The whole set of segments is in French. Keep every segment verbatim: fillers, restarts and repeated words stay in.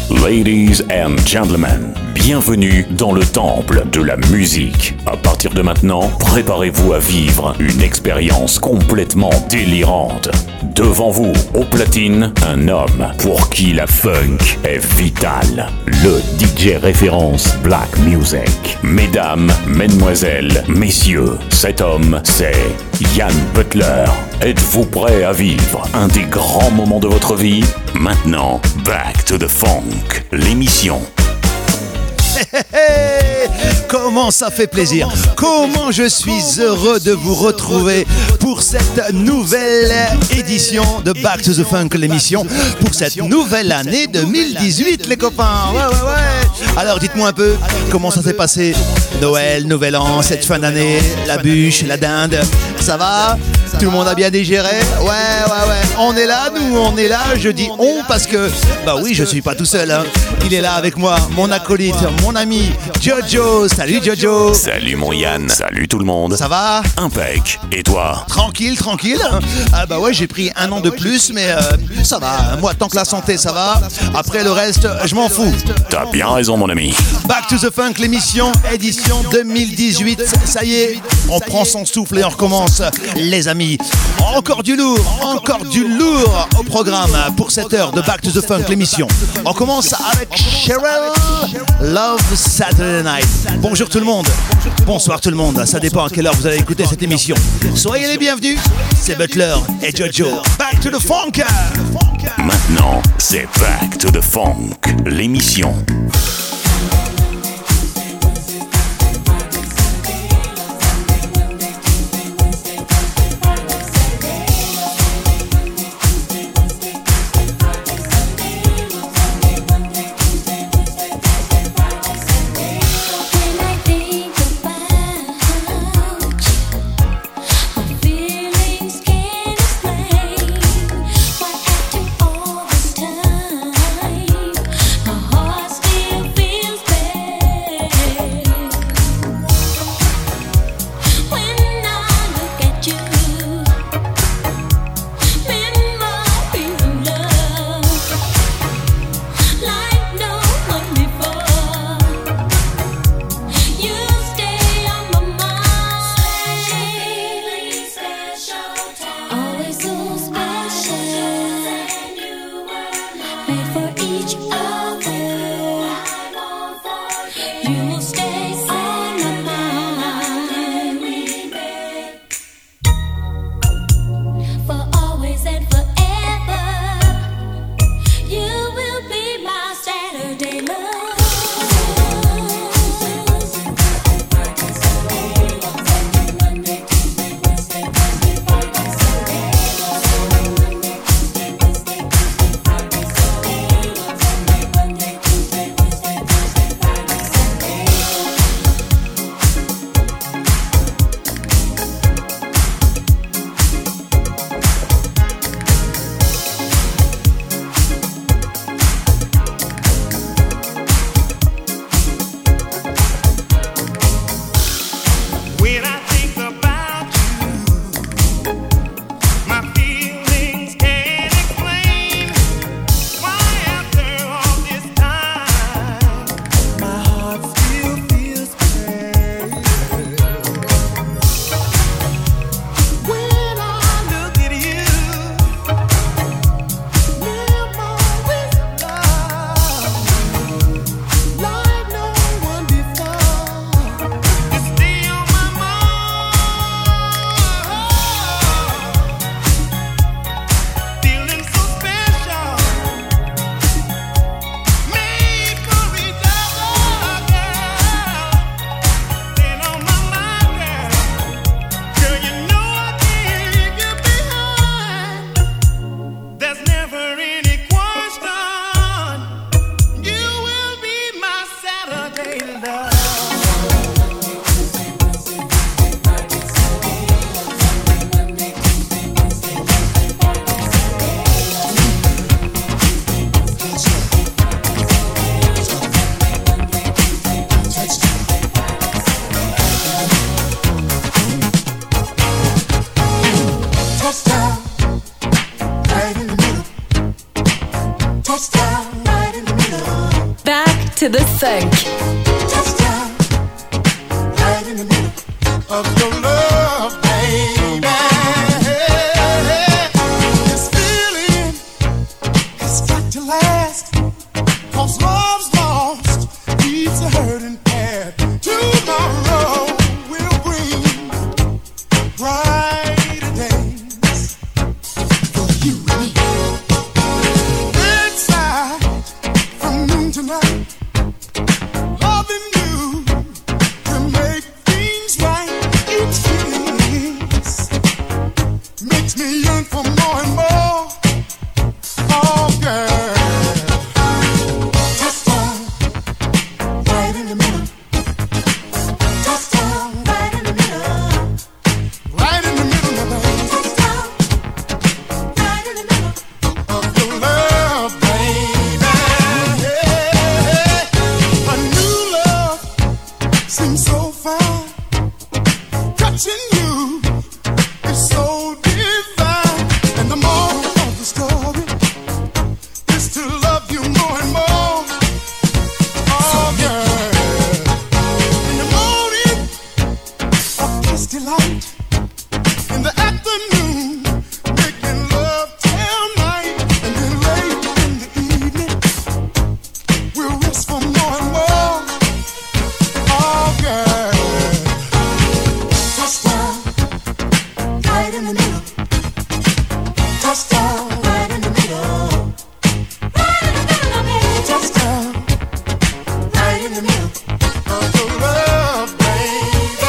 Ladies and gentlemen, bienvenue dans le temple de la musique. À partir de maintenant, préparez-vous à vivre une expérience complètement délirante. Devant vous, au platine, un homme pour qui la funk est vitale. Le D J référence Black Music. Mesdames, mesdemoiselles, messieurs, cet homme, c'est Yann Butler. Êtes-vous prêts à vivre un des grands moments de votre vie? Maintenant, Back to the Funk, l'émission. Hey, hey, comment ça fait plaisir, comment je suis heureux de vous retrouver pour cette nouvelle édition de Back to the Funk, l'émission, pour cette nouvelle année deux mille dix-huit, les copains. Ouais, ouais, ouais. Alors dites-moi un peu comment ça s'est passé, Noël, Nouvel An, cette fin d'année, la bûche, la dinde, ça va? Tout le monde a bien digéré? Ouais, ouais, ouais. On est là, nous, on est là. Je dis on parce que, bah oui, je suis pas tout seul. Hein. Il est là avec moi, mon acolyte, mon ami, Jojo. Salut, Jojo. Salut, mon Yann. Salut, tout le monde. Ça va? Impec. Et toi? Tranquille, tranquille. Ah bah ouais, j'ai pris un an de plus, mais euh, ça va. Moi, tant que la santé, ça va. Après, le reste, je m'en fous. T'as bien raison, mon ami. Back to the Funk, l'émission, édition deux mille dix-huit. Ça y est, on prend son souffle et on recommence, les amis. Encore du lourd, encore du lourd au programme pour cette heure de Back to the Funk, l'émission. On commence avec Cheryl, Love Saturday Night. Bonjour tout le monde, bonsoir tout le monde, ça dépend à quelle heure vous allez écouter cette émission. Soyez les bienvenus, c'est Butler et Jojo. Back to the Funk. Maintenant, c'est Back to the Funk, l'émission. All this time, my heart still to the funk. Just down, right in the middle of your love, baby. This feeling has got to last, 'cause love's lost leaves a hurting path. Tomorrow will bring brighter days for you and me. Inside from noon to night, loving you will make things right. Each kiss makes me yearn for more and more. Oh, girl, just down, right in the middle. Just down, right in the middle. Right in the middle of the just down, right in the middle of your love, baby. A new love seems so fine. Touching you is so divine. And the moral of the story is to love you more and more. Oh, girl. In the morning, a kiss delight. In the afternoon, making love till night. And then late in the evening, we'll rest for more and more. Oh, girl. Just down, right in the middle. Just down, right in the middle. Right in the middle of it. Just down, right in the middle of your love, baby.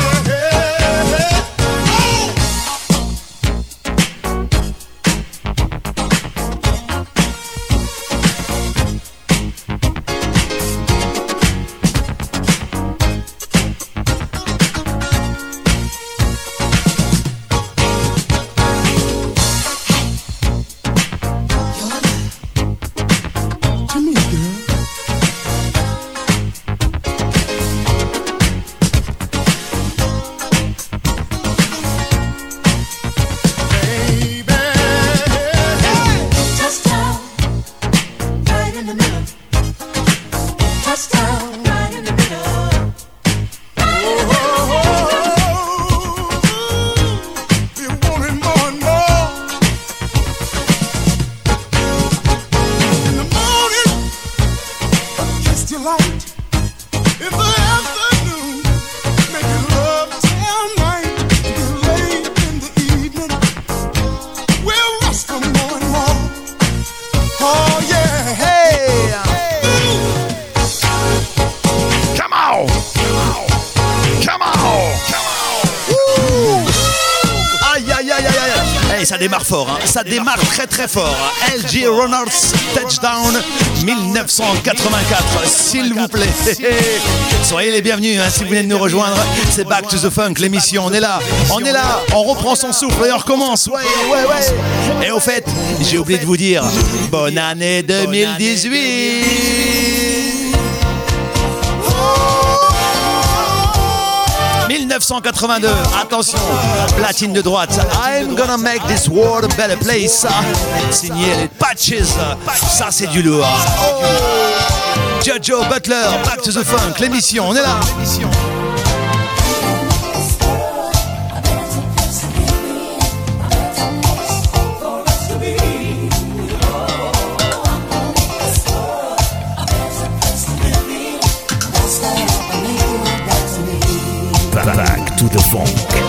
To me, girl. Baby. Just down, right in the middle. Just down, right in the middle. Oh, we're wanting more and more. In the morning, a kiss delight. In the afternoon, making love till night. And late in the evening, we'll rest for more and more. Oh yeah. Hey! Come on! Come on! Aïe aïe aïe aïe aïe. Hey, ça démarre fort, hein. Ça démarre très très fort. L G Runners Touchdown dix-neuf cent quatre-vingt-quatre, s'il vous plaît. Soyez les bienvenus, hein, si vous venez de nous rejoindre. C'est Back to the Funk, l'émission. On est là, on est là, on reprend son souffle et on recommence. Ouais, ouais, ouais. Et au fait, j'ai oublié de vous dire, bonne année deux mille dix-huit. dix-neuf cent quatre-vingt-deux, attention, platine de droite, I'm gonna make this world a better place, signé les Patches, ça c'est du lourd. Jojo Butler, Back to the Funk, l'émission, on est là. Back to the Funk. I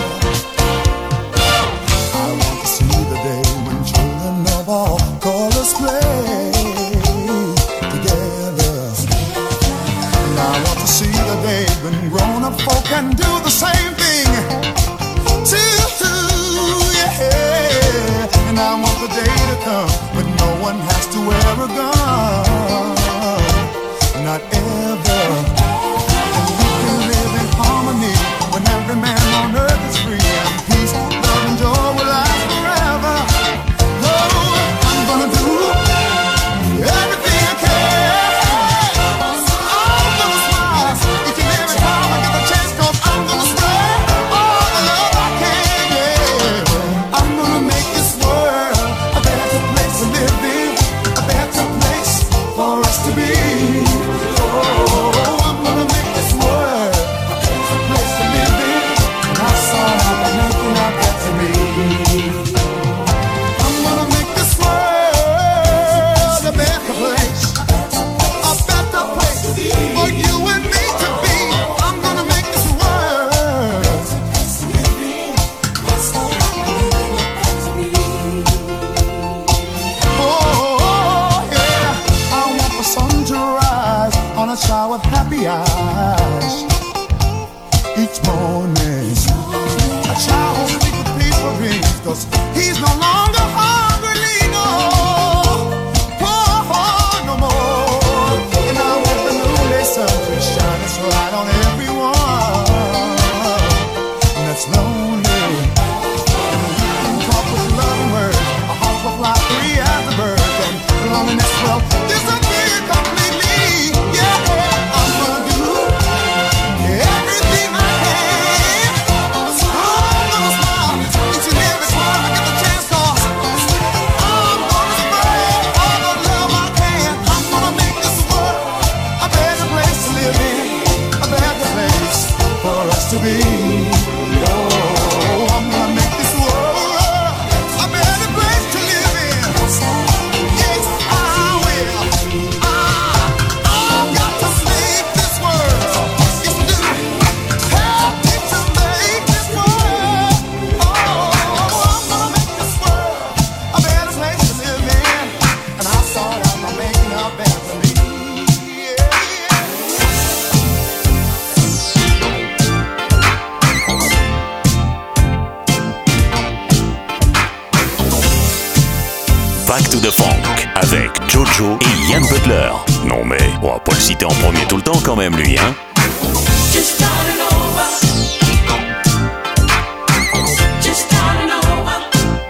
want to see the day when children of all colors play together. And I want to see the day when grown-up folk can do the same thing too, yeah. And I want the day to come when no one has to wear a gun, not ever. When every man on earth is free and peace, love and joy will last forever. Oh, I'm gonna do everything I can. I'm gonna smile each and every time I get the chance, 'cause I'm gonna spread all the love I can, yeah. I'm gonna make this world a better place to live in, a better place for us to be. Oh, three eyes. Each morning, a child speaks with peaceful dreams, 'cause he's no longer hungry, no, oh, no more. And I want the noonday sun to shine its light on everyone that's lonely. And talk with loving words, a heart will fly free as a bird, and loneliness will disappear completely. Yeah, I'm gonna do everything I can. I'm gonna smile each and every time I get the chance, 'cause I'm gonna spread all the love I can. I'm gonna make this world a better place to live in, a better place for us to be. Oh, I'm gonna make this world a better place to live in. Yes, I will. I, I've got to make this world. Yes, do. Help me to make this world. Oh, I'm gonna make this world a better place to live in. And I sort out my making up better for me. Yeah, yeah. Back to the Funk avec Jojo et Ian Butler. Non mais, on va pas le citer en premier tout le temps quand même lui, hein. Just starting over. Just starting over.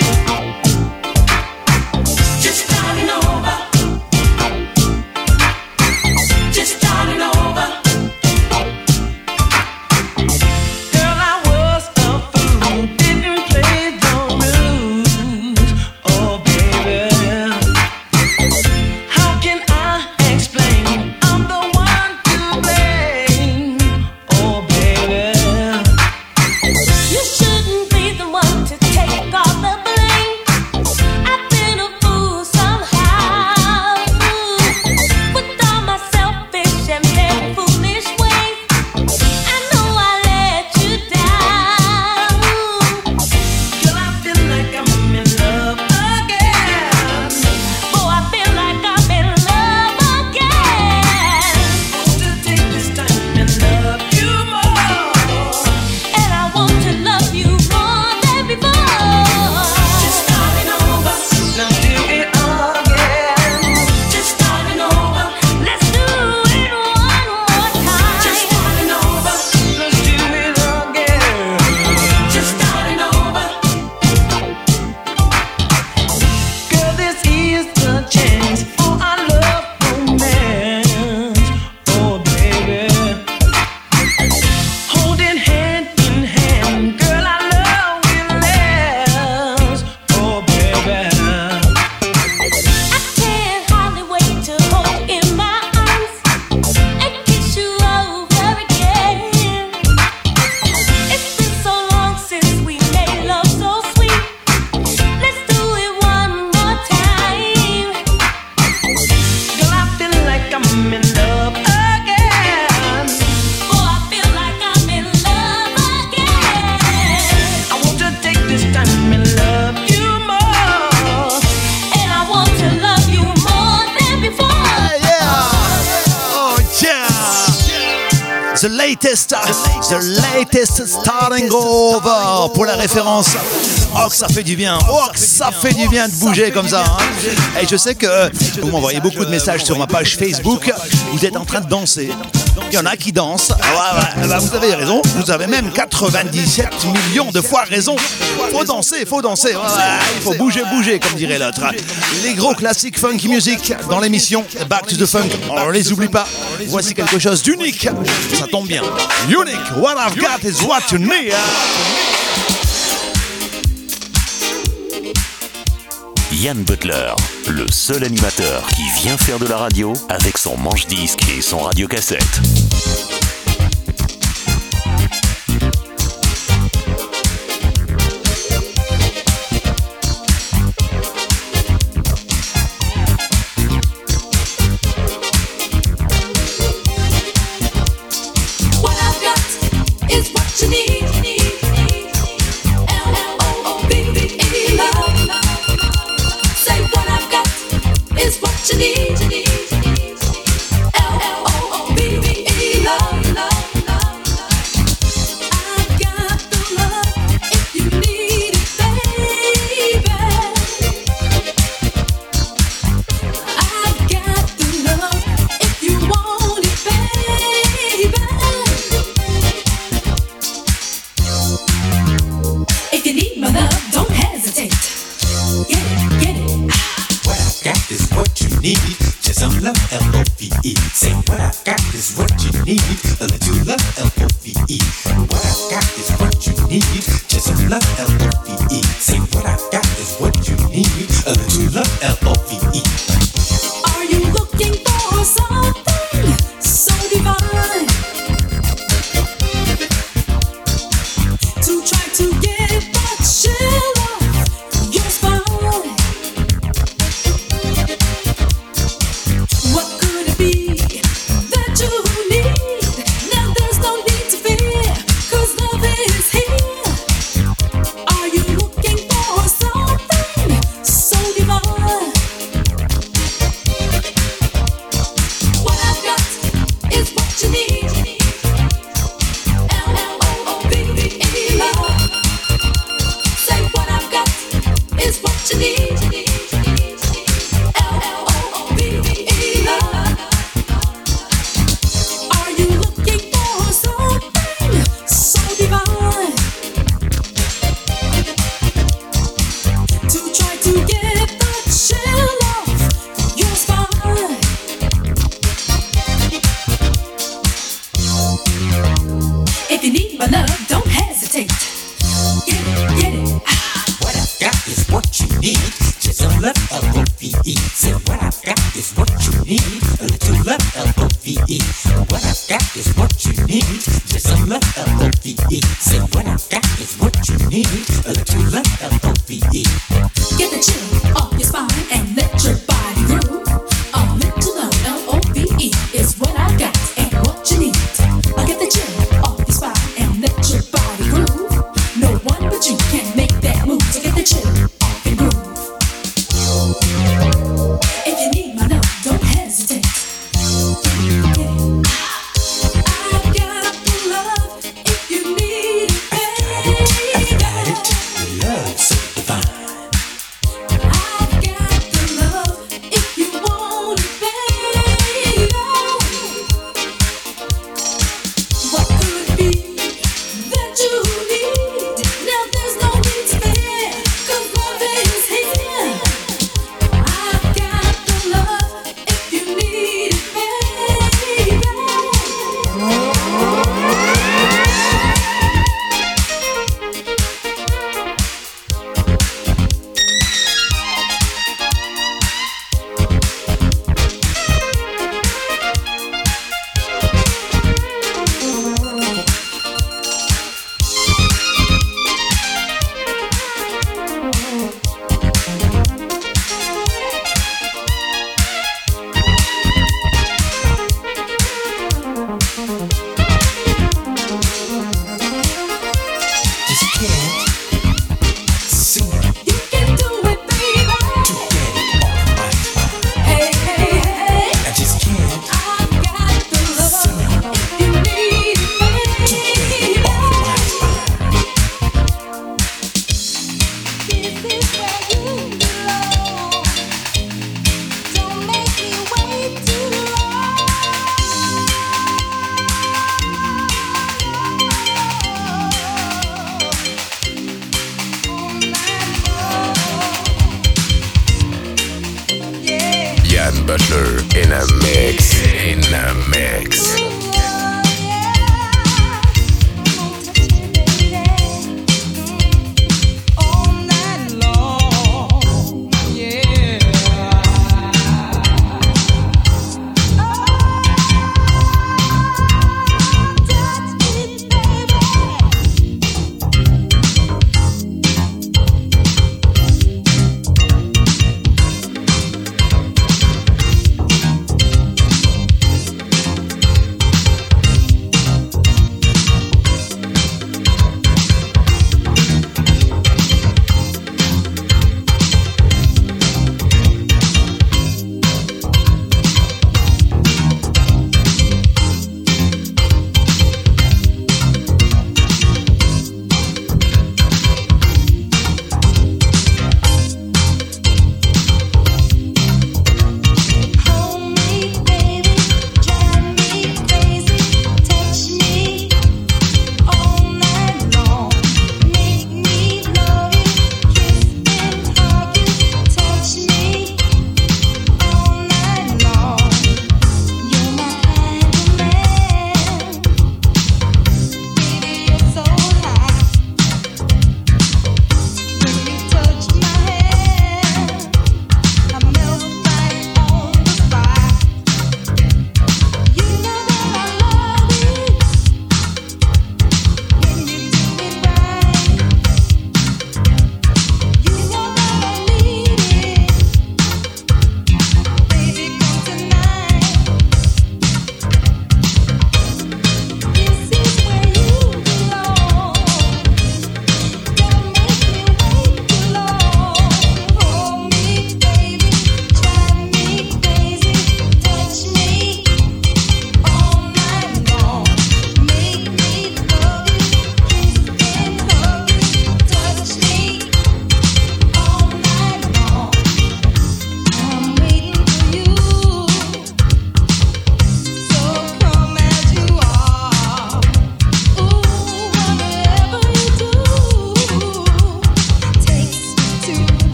Just starting over. Just starting over. Girl, I was a fool, didn't play the rules. Oh, baby. How can I explain? I'm the one to blame. Oh, baby. You shouldn't be the one to take all the blame. I've been a fool somehow. With all my selfish and very foolish ways, I know I let you down. Girl, I feel like I'm in love again. Oh, I feel like I'm in love again. To take this time and love you more. And I want to love you more than before. Just starting over, now do it again. Just starting over, let's do it one more time. Just starting over, let's do it again. Just starting over. Girl, this is the chance for our love romance. Oh, baby. Holding hand in hand, girl, I love will last. Oh, baby. I can't hardly wait to hold you in my arms and kiss you over again. It's been so long since we made love so sweet. Let's do it one more time. Girl, I feel like I'm in love again. Oh, I feel like I'm in love again. I want to take this time and love you more. And I want to love you more than before. Yeah! Oh yeah! The latest, the latest starting over pour la référence. Oh que ça fait du bien, oh que ça fait du bien de bouger comme ça. Hein. Et je sais que vous m'envoyez beaucoup de messages sur ma page Facebook. Vous êtes en train de danser. Il y en a qui dansent. Ouais, ouais, bah vous avez raison. Vous avez même quatre-vingt-dix-sept millions de fois raison. Faut danser, faut danser. Ouais, ouais, il faut bouger, bouger, comme dirait l'autre. Les gros classiques funky music dans l'émission Back to the Funk. On les oublie pas. Voici quelque chose d'unique. Ça tombe bien. Unique. What I've got is what you need. Ian Butler, le seul animateur qui vient faire de la radio avec son manche-disque et son radiocassette. What I've got is what you need. L O O B B E, love. Say what I've got is what you need. L O O B B E, L O V E. Say what I've got is what you need. A little love, L O V E. What I've got is what you need. Just some love, L O V E. Say what I've got is what you need. A little love, L O V E. Are you looking for something so divine to try to get that chill off your spine? What could it be that you need? Now there's no need to fear, 'cause love is here. Are you looking for something so divine? What I've got is what you need. L L O O V E, love. Say what I've got is what you need. L L O O V E, love. Are you looking for something so divine to try to get that chill off your spine? If you need my love, don't hesitate. Get it, get it. What I've got is what you need. Just some love, L O V E. Say what I've got is what you need. A little love, L O V E. What I've got is what you need. Just some love, L O V E. Say what I've got is what you need. A little love, L O V E. Get the chill off your spine and let your body groove. A little love, L O V E, is what I've got and what you need. I'll get the chill off your spine and let your body groove. No one but you can make that move. So get the chill off and groove. If you need my love, don't hesitate. Get it. I've got the love if you need it, I've baby. got it. Love so divine. I've got the love if you want it, baby. What could it be that you need? Now there's no need to fear, 'cause love is here. I've got the love if you need it, baby. Just can't seem You can do it, baby. to get it off my mind. Hey, hey, hey. I just can't I've got the love if you need it, baby. off my mind. This is where you belong. Don't make me wait too long. All night long. Yeah. Yann Butler in a mix, in a mix. Baby.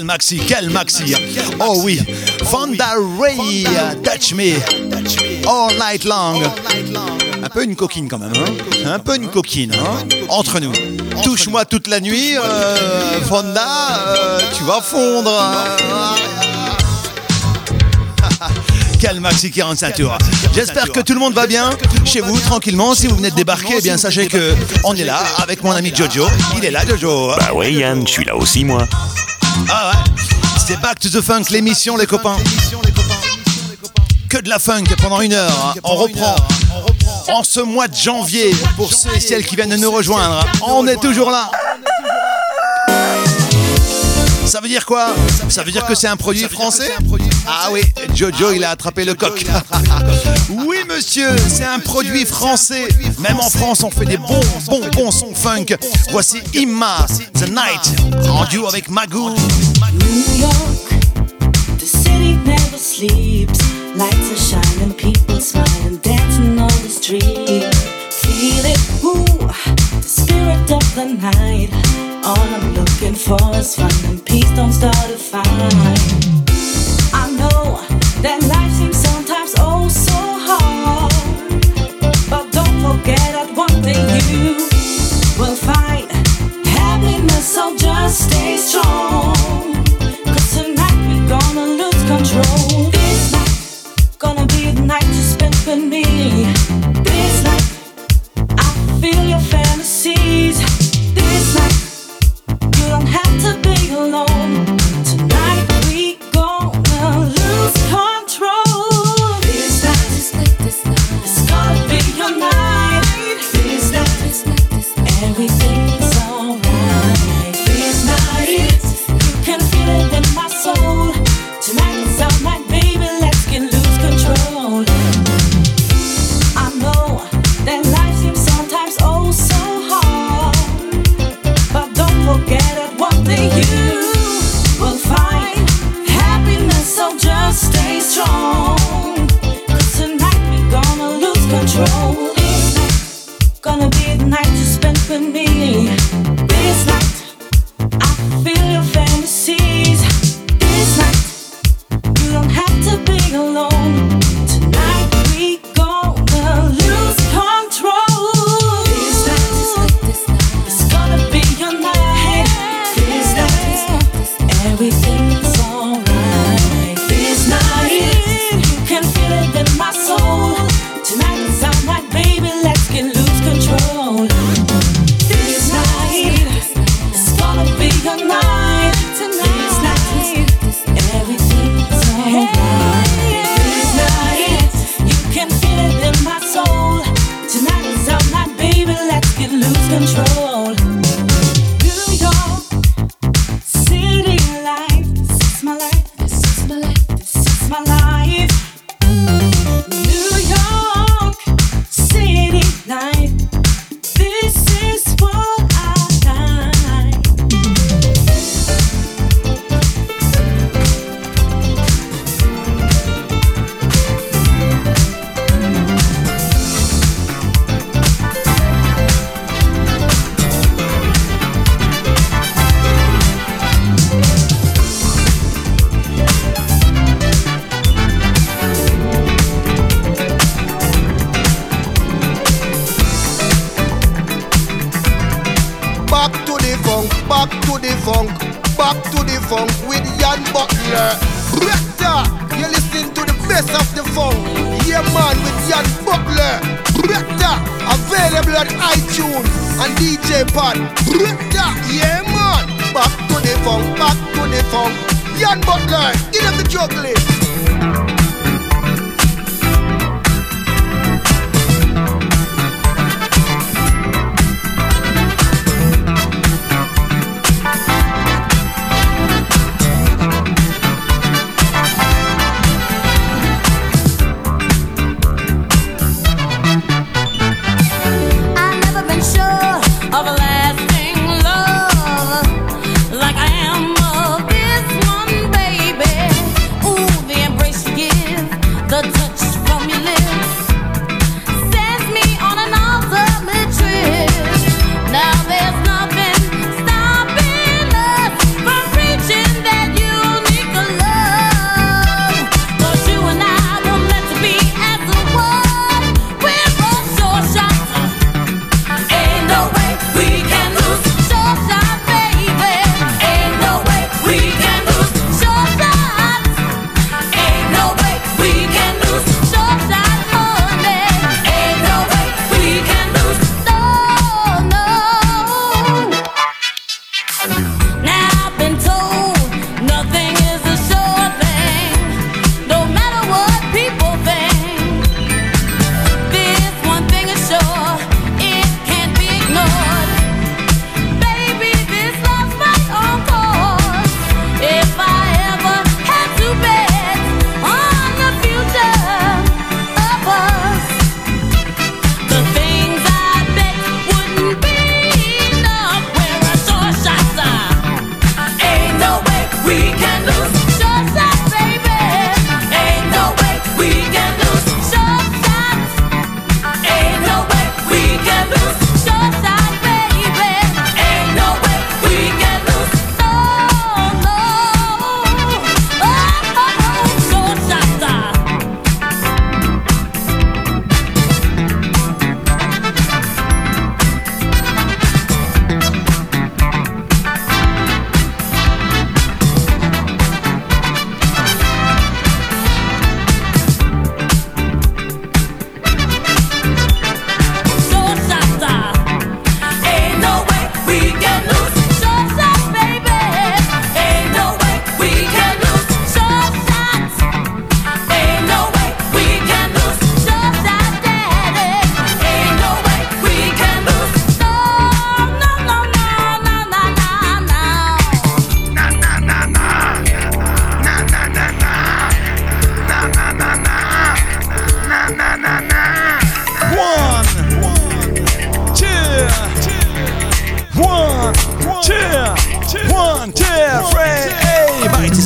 maxi, quel maxi. Oh oui, Fonda Ray, Touch Me, All Night Long. Un peu une coquine quand même, hein. Un peu une coquine, hein. Entre nous. Touche-moi toute la nuit, euh, Fonda, euh, tu vas fondre. Quel maxi quarante-cinq tours. J'espère que tout le monde va bien chez vous, tranquillement. Si vous venez de débarquer, eh bien sachez que on est là avec mon ami Jojo. Il est là, Jojo. Bah ouais, Yann, je suis là aussi, moi. Ah ouais. C'est Back to the Funk, l'émission, les copains. Que de la funk pendant une heure. On reprend en ce mois de janvier pour ceux et celles qui viennent de nous rejoindre. On est toujours là. Ça veut dire quoi? Ça veut dire que c'est un produit français? Ah oui, Jojo, il a attrapé le coq. Oui, monsieur, c'est un produit français. Même en France, on fait des bons, bons, bons sons funk. Voici Imma, The Night, en duo avec Magoo. New York, the city never sleeps. Lights are shining, people smiling, dancing on the street. Feel it, ooh, the spirit of the night. All I'm looking for is fun and peace, don't start a fight. I know that life seems sometimes oh so hard, but don't forget that one day you will find happiness, so just stay strong. Cause tonight we're gonna lose control. This night gonna be the night you spend with me. This night I feel your fantasies. This night you don't have to be alone. Tonight we gonna lose control. This night, it's gonna be your night. This night, everything's alright. This night, you can feel it in my soul. Tonight is our night, baby, let's get lose control. I know that life seems sometimes oh so hard, but don't forget that one day you will find happiness, so just stay strong. Cause tonight we're gonna lose control. This night gonna be the night you spend with me. This night I feel your fantasies. This night you don't have to be alone. Tonight we gonna lose control. This night, it's gonna be your night. This night, everything's alright. This night, you can feel it in my soul. Tonight is our night, baby, let's get lose control. This night, it's gonna be your night. This night, everything's alright. This night, you can feel it in my soul. Tonight is our night, baby, let's get lose control. New York, city life, this is my life, this is my life, this is my life. New York, city life, this is what I like. Back to the funk, back to the funk, back to the funk with Jan Butler. Rector, you listen to the best of the funk. Yeah man, with Jan Butler. Rector, available on iTunes and D J Pod. Rector, yeah man. Back to the funk, back to the funk. Jan Butler, give them the juggling. I've never been sure of a lasting love like I am of this one, baby. Ooh, the embrace you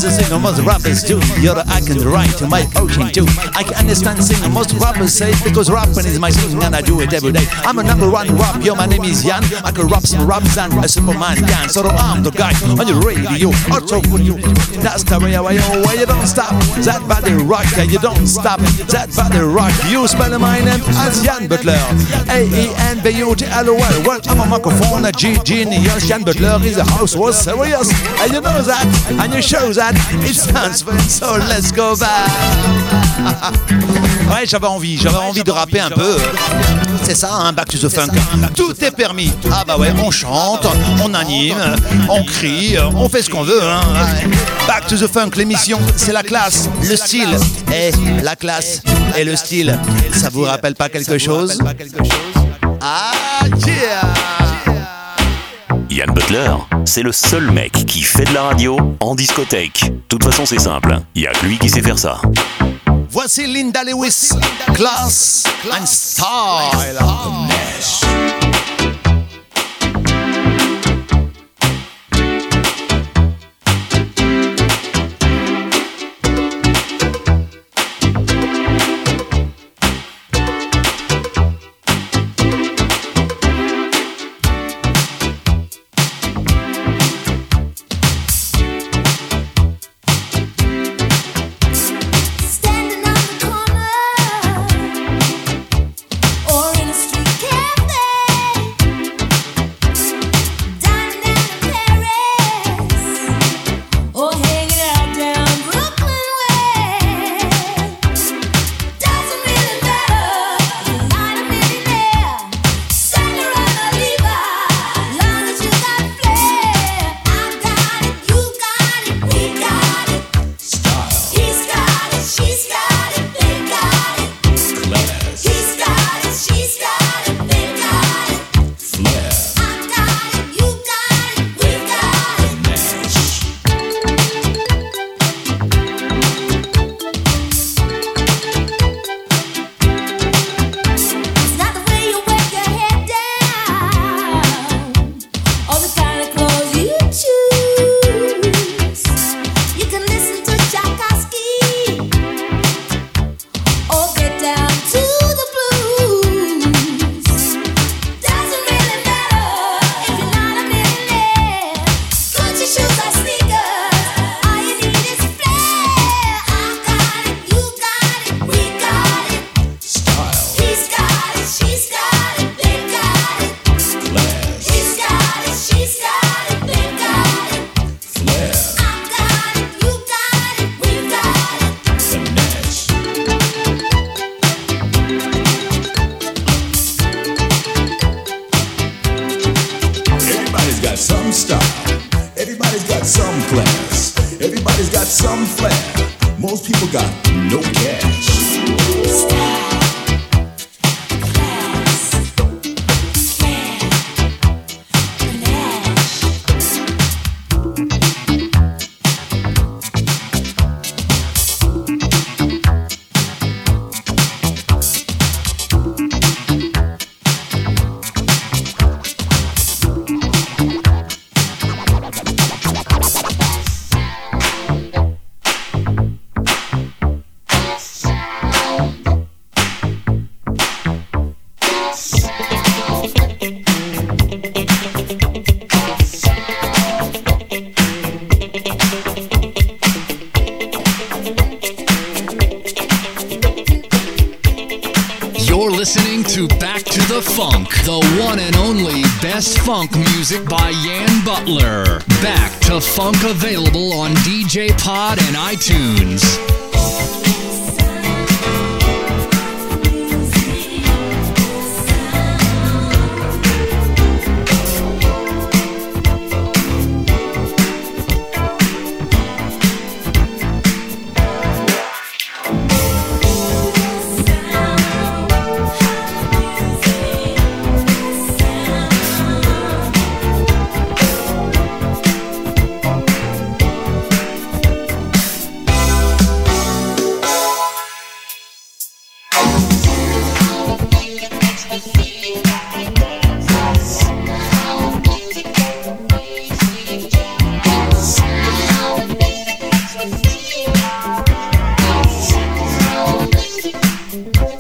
is a singer most rappers do. You're the I can write to my ocean too. I can understand singing most rappers say because rapping is my thing and I do it every day. I'm a number one rap, yo, my name is Jan. I can rap some raps and a Superman can. So I'm the guy on your radio. Also for you. That's the way I know where you don't stop. That body rock, yeah, you don't stop. That body rock. You spell my name as Jan Butler. A E N B U T L O L. Well, I'm a microphone, a G genius. Jan Butler is a house was serious. And you know that, and you show that. It sounds fun, so let's go back. Ouais, j'avais envie, j'avais envie de rapper un peu. C'est ça, hein, Back to the Funk. Tout est permis. Ah bah ouais, on chante, on anime, on crie, on fait ce qu'on veut. Hein. Back to the Funk, l'émission, c'est la classe, le style. Et la classe et le style, ça vous rappelle pas quelque chose? Ah yeah! Jan Butler, c'est le seul mec qui fait de la radio en discothèque. De toute façon, c'est simple, il y a que lui qui sait faire ça. Voici Linda Lewis, Class and Style. Funk music by Jan Butler. Back to Funk, available on D J Pod and iTunes.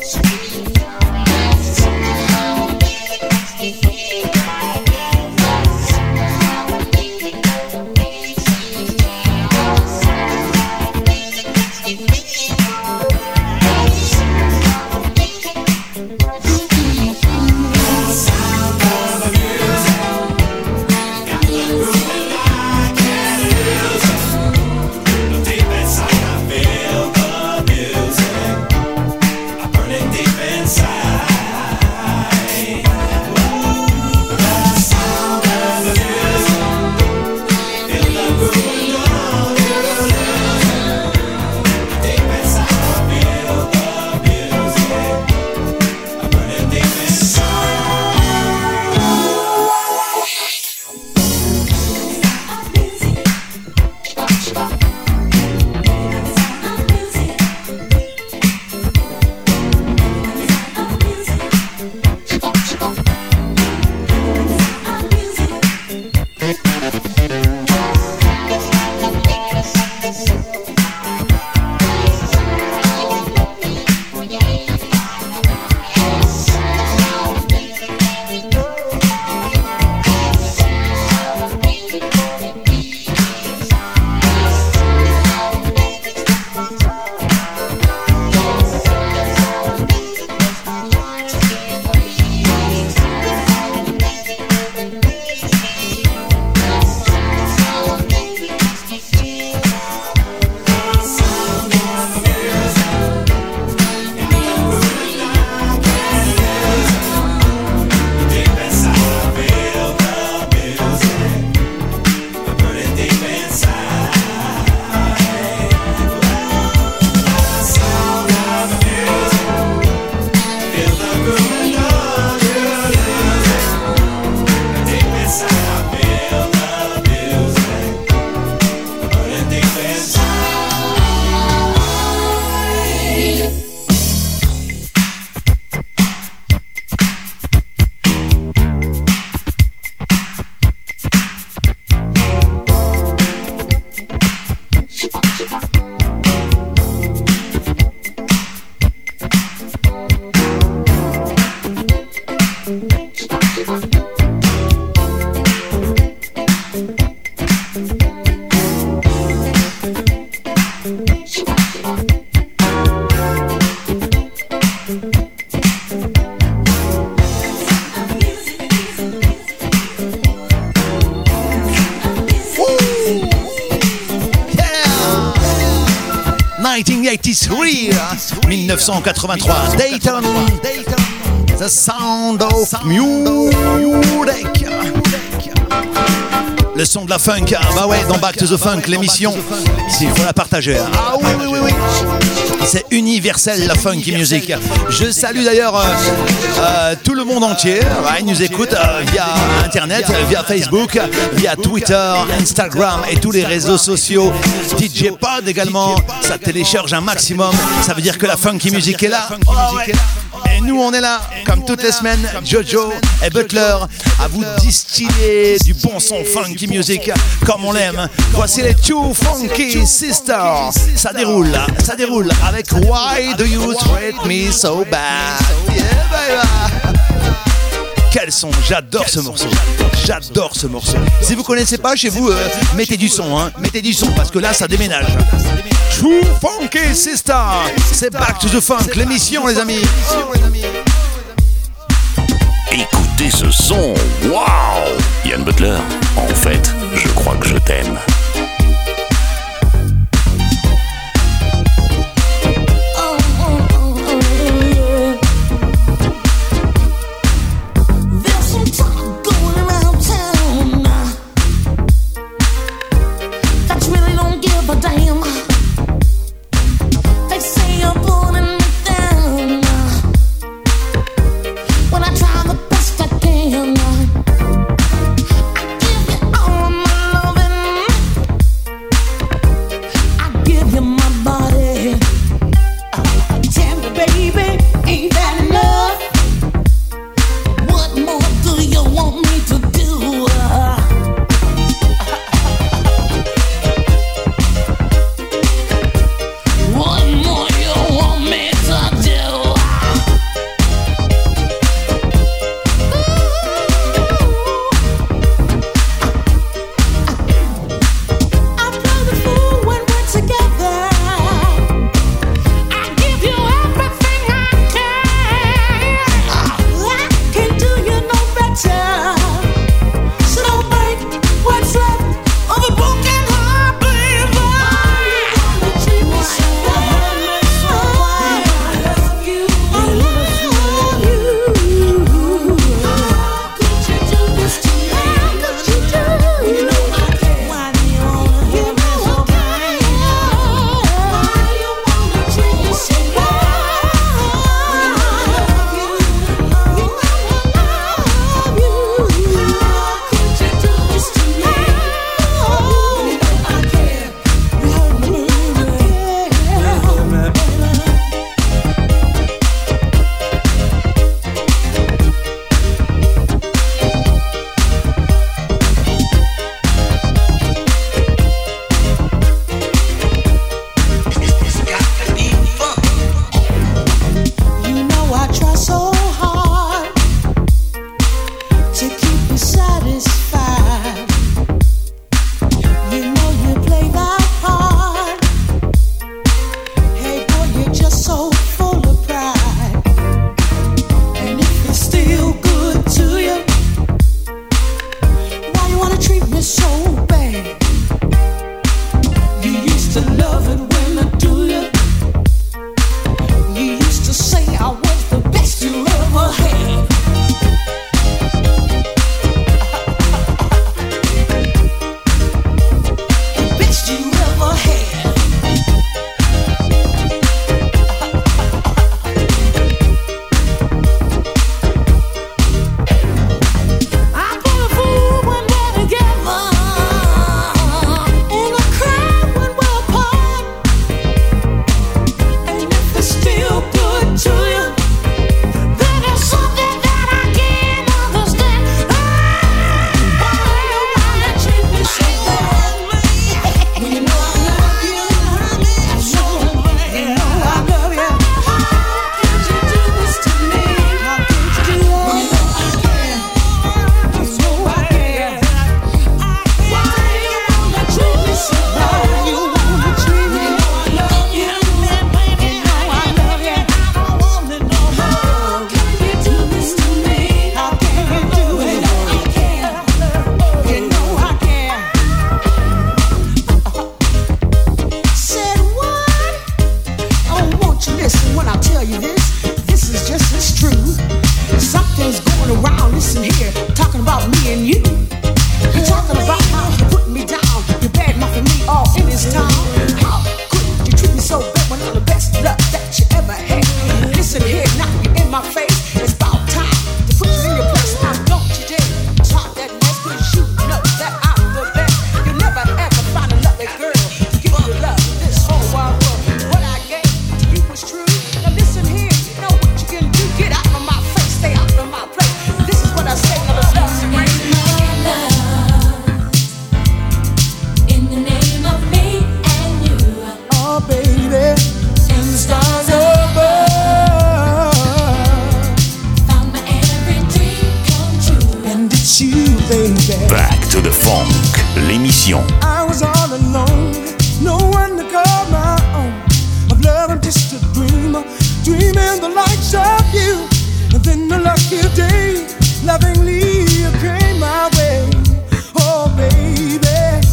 dix-neuf eighty-three, dix-neuf quatre-vingt-trois, Dayton, The Sound of Music. Le son de la funk, bah ouais, dans Back to the Funk, l'émission, il faut la partager. Ah oui, oui, oui, oui. C'est universel la funky music. Je salue d'ailleurs euh, euh, tout le monde entier. Ouais, ils nous écoutent euh, via Internet, via Facebook, via Twitter, Instagram et tous les réseaux sociaux. D J Pod également, ça télécharge un maximum. Ça veut dire que la funky music est là. Oh, ouais. Et nous on est là, comme toutes les semaines, Jojo et Butler, à vous distiller du bon son funky music comme on l'aime. Voici les Two Funky Sisters. Ça déroule, ça déroule avec Why Do You Treat Me So Bad. Yeah, baby. Quel son, j'adore ce morceau. J'adore ce morceau. Si vous connaissez pas chez vous, euh, mettez du son, hein. Mettez du son parce que là ça déménage. Two Funky Sisters, c'est Back to the Funk, l'émission les amis. Écoutez ce son, waouh! Yann Butler, en fait, je crois que je t'aime. I give you all my loving. I was all alone, no one to call my own. Of love, I'm just a dreamer, dreaming the likes of you. And then the lucky day, lovingly you came my way. Oh baby,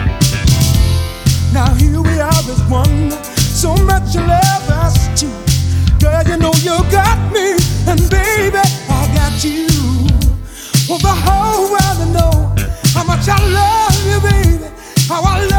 now here we are as one. So much you love us too. Girl, you know you got me, and baby, I got you. Well, the whole world to know how much I love you, baby. How I love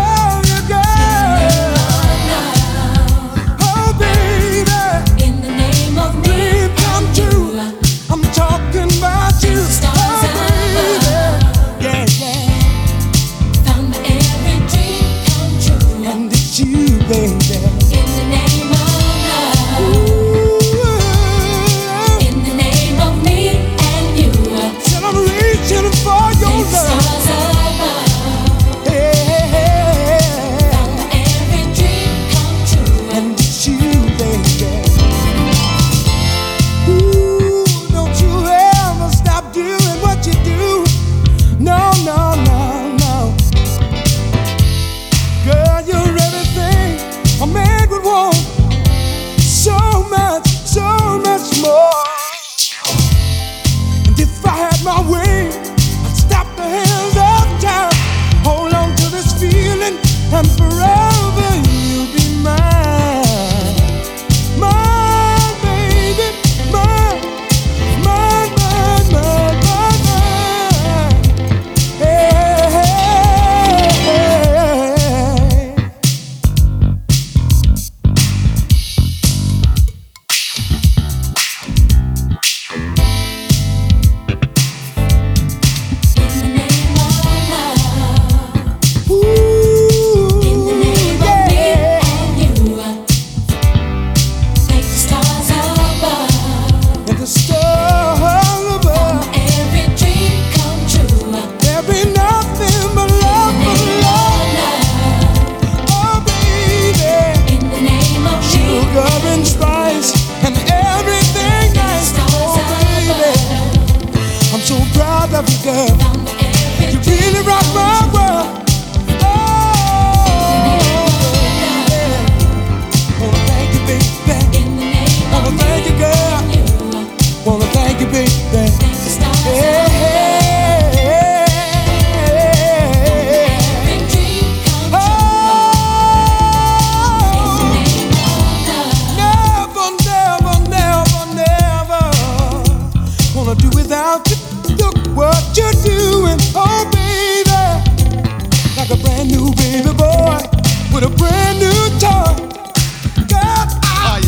feeling, oh baby, like a brand new baby boy with a brand new toy. Girl, I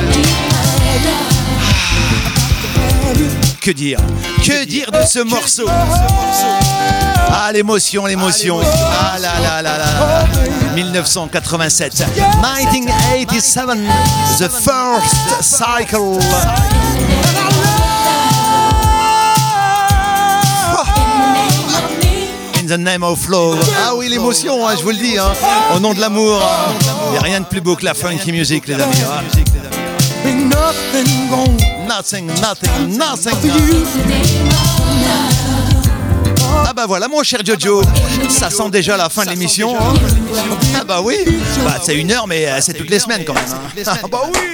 Que dire? Que dire de ce morceau? Ah, l'émotion, l'émotion. Ah là là là là. dix-neuf cent quatre-vingt-sept. dix-neuf cent quatre-vingt-sept. The first cycle. In the name of love. Ah oui, l'émotion, hein, je vous le dis. Hein. Au nom de l'amour. Il n'y a rien de plus beau que la funky music, les amis. Hein. Nothing, nothing, nothing. Ah bah voilà mon cher Jojo, ça sent déjà la fin de l'émission. Hein. Ah bah oui, bah, c'est une heure mais c'est toutes les semaines quand même. Hein. Ah bah oui.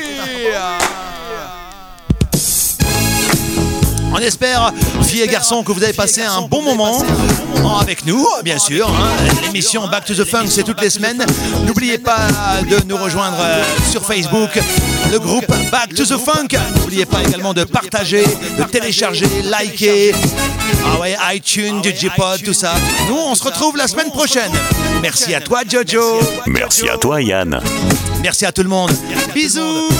On espère, filles et garçons, que vous avez passé un bon moment avec nous, bien sûr. Hein. L'émission Back to the Funk, c'est toutes les semaines. N'oubliez pas de nous rejoindre sur Facebook, le groupe Back to the Funk. N'oubliez pas également de partager, de télécharger, liker. Ah ouais, iTunes, D J Pod, tout ça. Nous, on se retrouve la semaine prochaine. Merci à toi, Jojo. Merci à toi, Yann. Merci à tout le monde. Bisous.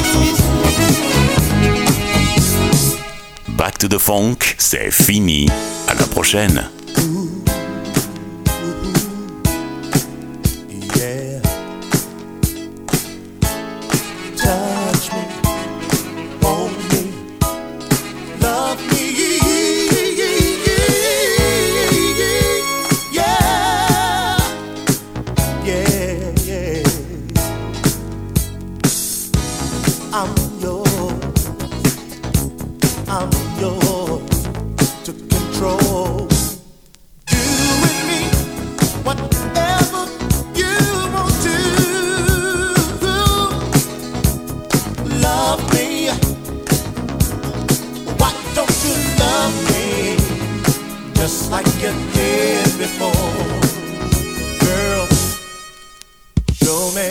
Back to the Funk, c'est fini. À la prochaine. Yeah. Touch me, hold me, love me. Yeah, yeah, yeah. I'm yours. I'm yours to control. Do with me whatever you want to. Love me. Why don't you love me just like you did before? Girl, show me.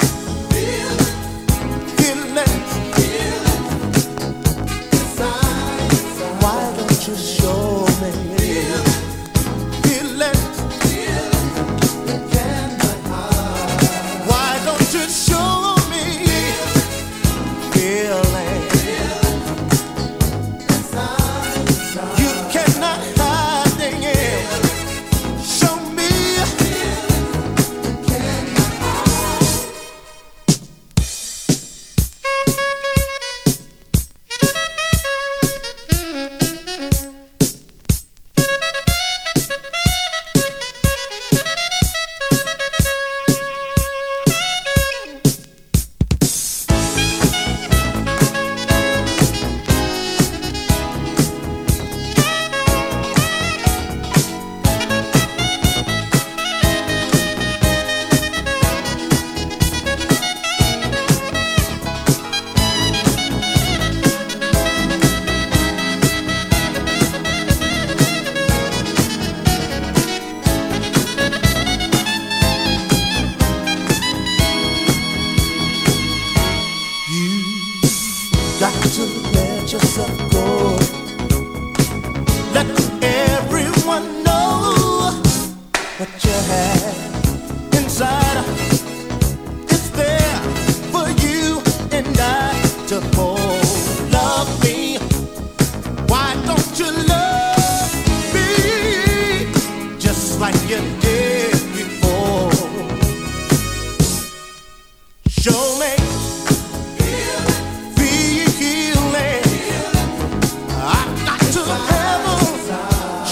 Show me, feel it, why don't you show me, feel it, you cannot hide it, show me, got to let yourself go. Let everyone know what you have inside. It's there for you and I to hold. Love me. Why don't you love me just like you did before? Show me. Feel it. I've got to have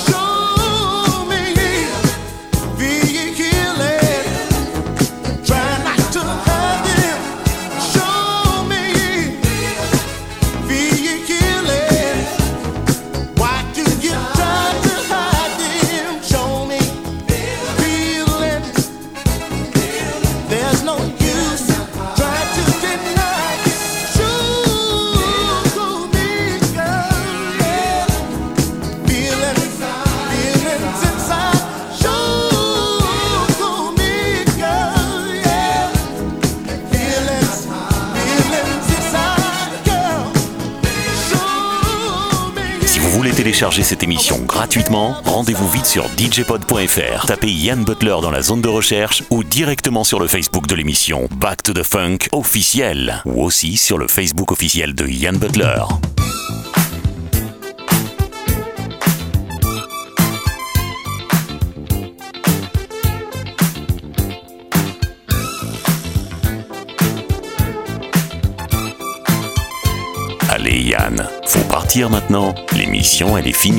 Vous voulez télécharger cette émission gratuitement? Rendez-vous vite sur d j pod point f r. Tapez Yann Butler dans la zone de recherche ou directement sur le Facebook de l'émission Back to the Funk officiel ou aussi sur le Facebook officiel de Yann Butler. Allez Yann, faut partir maintenant, l'émission elle est finie.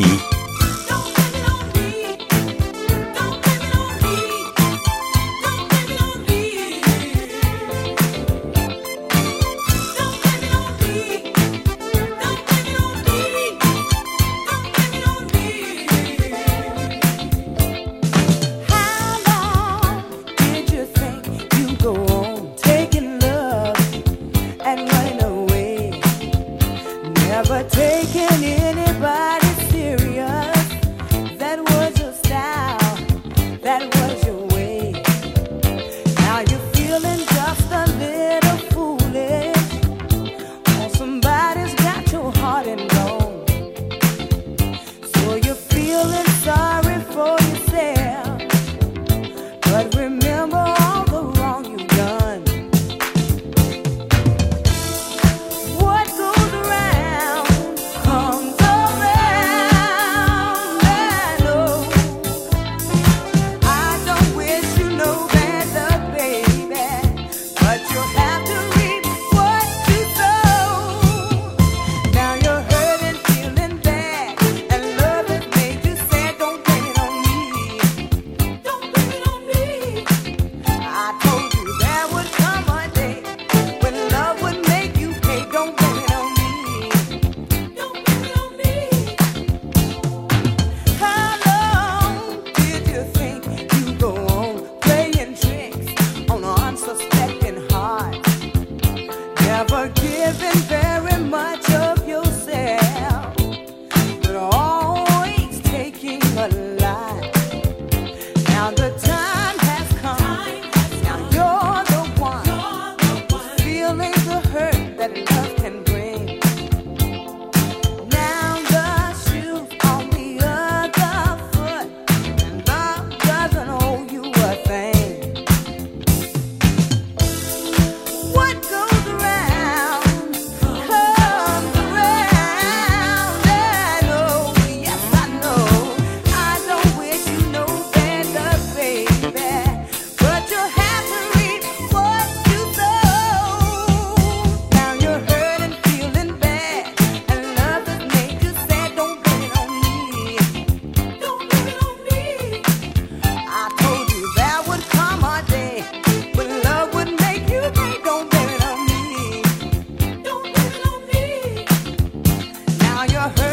Now you're hurt.